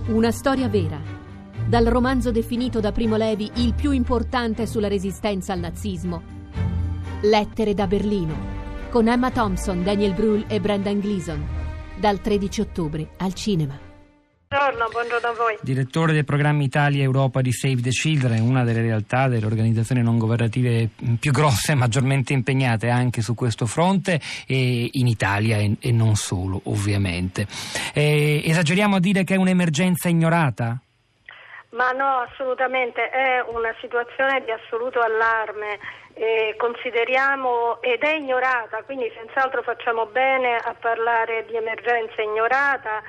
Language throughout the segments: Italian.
Una storia vera. Dal romanzo definito da Primo Levi il più importante sulla resistenza al nazismo. Lettere da Berlino. Con Emma Thompson, Daniel Brühl e Brendan Gleeson. Dal 13 ottobre al cinema. Buongiorno a voi. Direttore dei programmi Italia e Europa di Save the Children, una delle realtà, delle organizzazioni non governative più grosse e maggiormente impegnate anche su questo fronte in Italia e non solo, ovviamente. Esageriamo a dire che è un'emergenza ignorata? Ma no, assolutamente, è una situazione di assoluto allarme. Consideriamo ed è ignorata, quindi senz'altro facciamo bene a parlare di emergenza ignorata.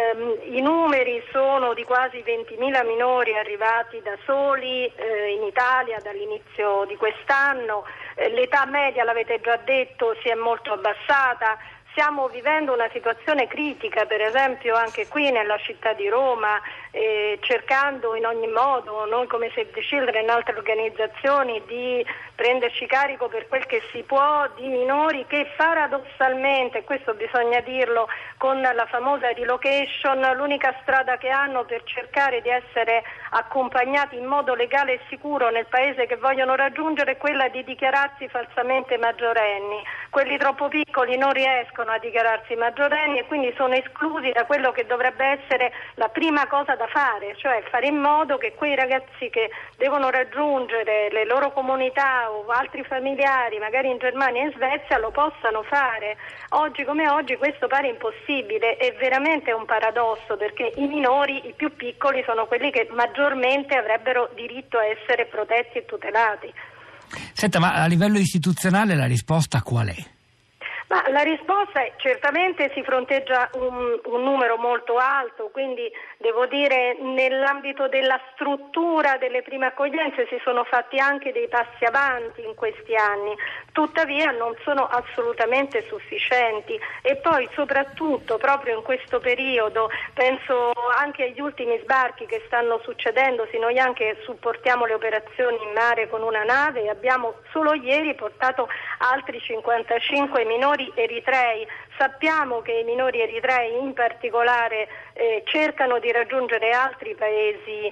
I numeri sono di quasi 20.000 minori arrivati da soli in Italia dall'inizio di quest'anno. L'età media, l'avete già detto, si è molto abbassata. Stiamo vivendo una situazione critica, per esempio anche qui nella città di Roma, cercando in ogni modo, noi come Save the Children e altre organizzazioni, di prenderci carico per quel che si può di minori che paradossalmente, questo bisogna dirlo, con la famosa relocation, l'unica strada che hanno per cercare di essere accompagnati in modo legale e sicuro nel paese che vogliono raggiungere è quella di dichiararsi falsamente maggiorenni. Quelli troppo piccoli non riescono a dichiararsi maggiorenni e quindi sono esclusi da quello che dovrebbe essere la prima cosa da fare, cioè fare in modo che quei ragazzi che devono raggiungere le loro comunità o altri familiari, magari in Germania e in Svezia, lo possano fare. Oggi come oggi questo pare impossibile, è veramente un paradosso, perché i minori, i più piccoli, sono quelli che maggiormente avrebbero diritto a essere protetti e tutelati. Senta, ma a livello istituzionale la risposta qual è? Ma la risposta è certamente si fronteggia un numero molto alto, quindi devo dire nell'ambito della struttura delle prime accoglienze si sono fatti anche dei passi avanti in questi anni, tuttavia non sono assolutamente sufficienti e poi soprattutto proprio in questo periodo, penso anche agli ultimi sbarchi che stanno succedendosi, noi anche supportiamo le operazioni in mare con una nave e abbiamo solo ieri portato altri 55 minori eritrei. Sappiamo che i minori eritrei in particolare cercano di raggiungere altri paesi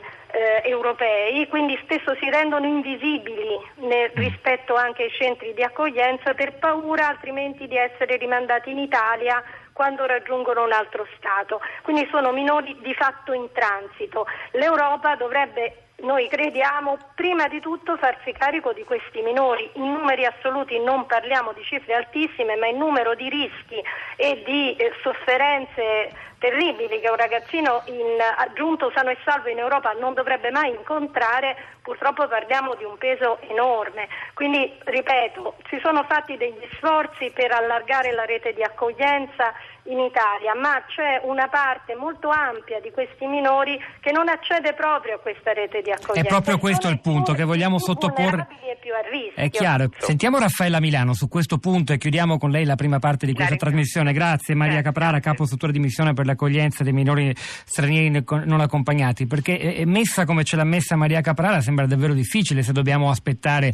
europei, quindi spesso si rendono invisibili rispetto anche ai centri di accoglienza per paura altrimenti di essere rimandati in Italia quando raggiungono un altro Stato. Quindi sono minori di fatto in transito. L'Europa dovrebbe, noi crediamo, prima di tutto farsi carico di questi minori. In numeri assoluti non parliamo di cifre altissime, ma in numero di rischi e di sofferenze terribili che un ragazzino giunto sano e salvo in Europa non dovrebbe mai incontrare, purtroppo parliamo di un peso enorme. Quindi, ripeto, si sono fatti degli sforzi per allargare la rete di accoglienza in Italia, ma c'è una parte molto ampia di questi minori che non accede proprio a questa rete di accoglienza. È proprio questo il punto che vogliamo sottoporre. Più a rischio. È chiaro. Sentiamo Raffaella Milano su questo punto e chiudiamo con lei la prima parte di questa trasmissione. Grazie Maria Caprara, capo struttura di missione per l'accoglienza dei minori stranieri non accompagnati, perché messa come ce l'ha messa Maria Caprara sembra davvero difficile se dobbiamo aspettare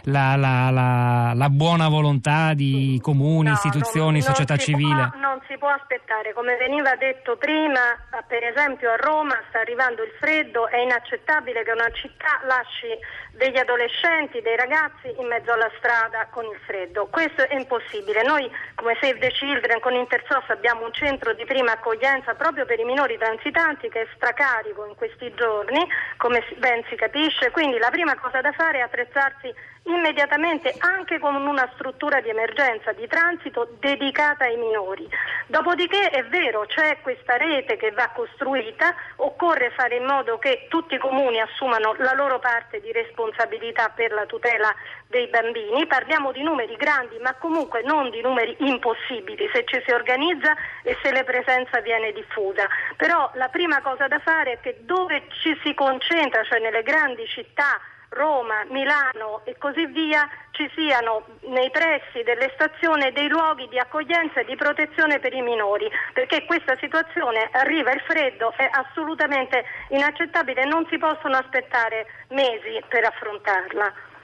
la buona volontà di comuni, istituzioni, società civile. Non si può aspettare, come veniva detto prima, per esempio a Roma sta arrivando il freddo, è inaccettabile che una città lasci degli adolescenti, dei ragazzi in mezzo alla strada con il freddo. Questo è impossibile. Noi come Save the Children con Intersos abbiamo un centro di prima accoglienza proprio per i minori transitanti che è stracarico in questi giorni, come ben si capisce, quindi la prima cosa da fare è attrezzarsi immediatamente anche con una struttura di emergenza di transito dedicata ai minori. Dopodiché è vero, c'è questa rete che va costruita, occorre fare in modo che tutti i comuni assumano la loro parte di responsabilità per la tutela dei bambini. Parliamo di numeri grandi, ma comunque non di numeri impossibili se ci si organizza e se la presenza viene diffusa. Però la prima cosa da fare è che dove ci si concentra, cioè nelle grandi città, Roma, Milano e così via, ci siano nei pressi delle stazioni dei luoghi di accoglienza e di protezione per i minori, perché questa situazione arriva il freddo, è assolutamente inaccettabile e non si possono aspettare mesi per affrontarla.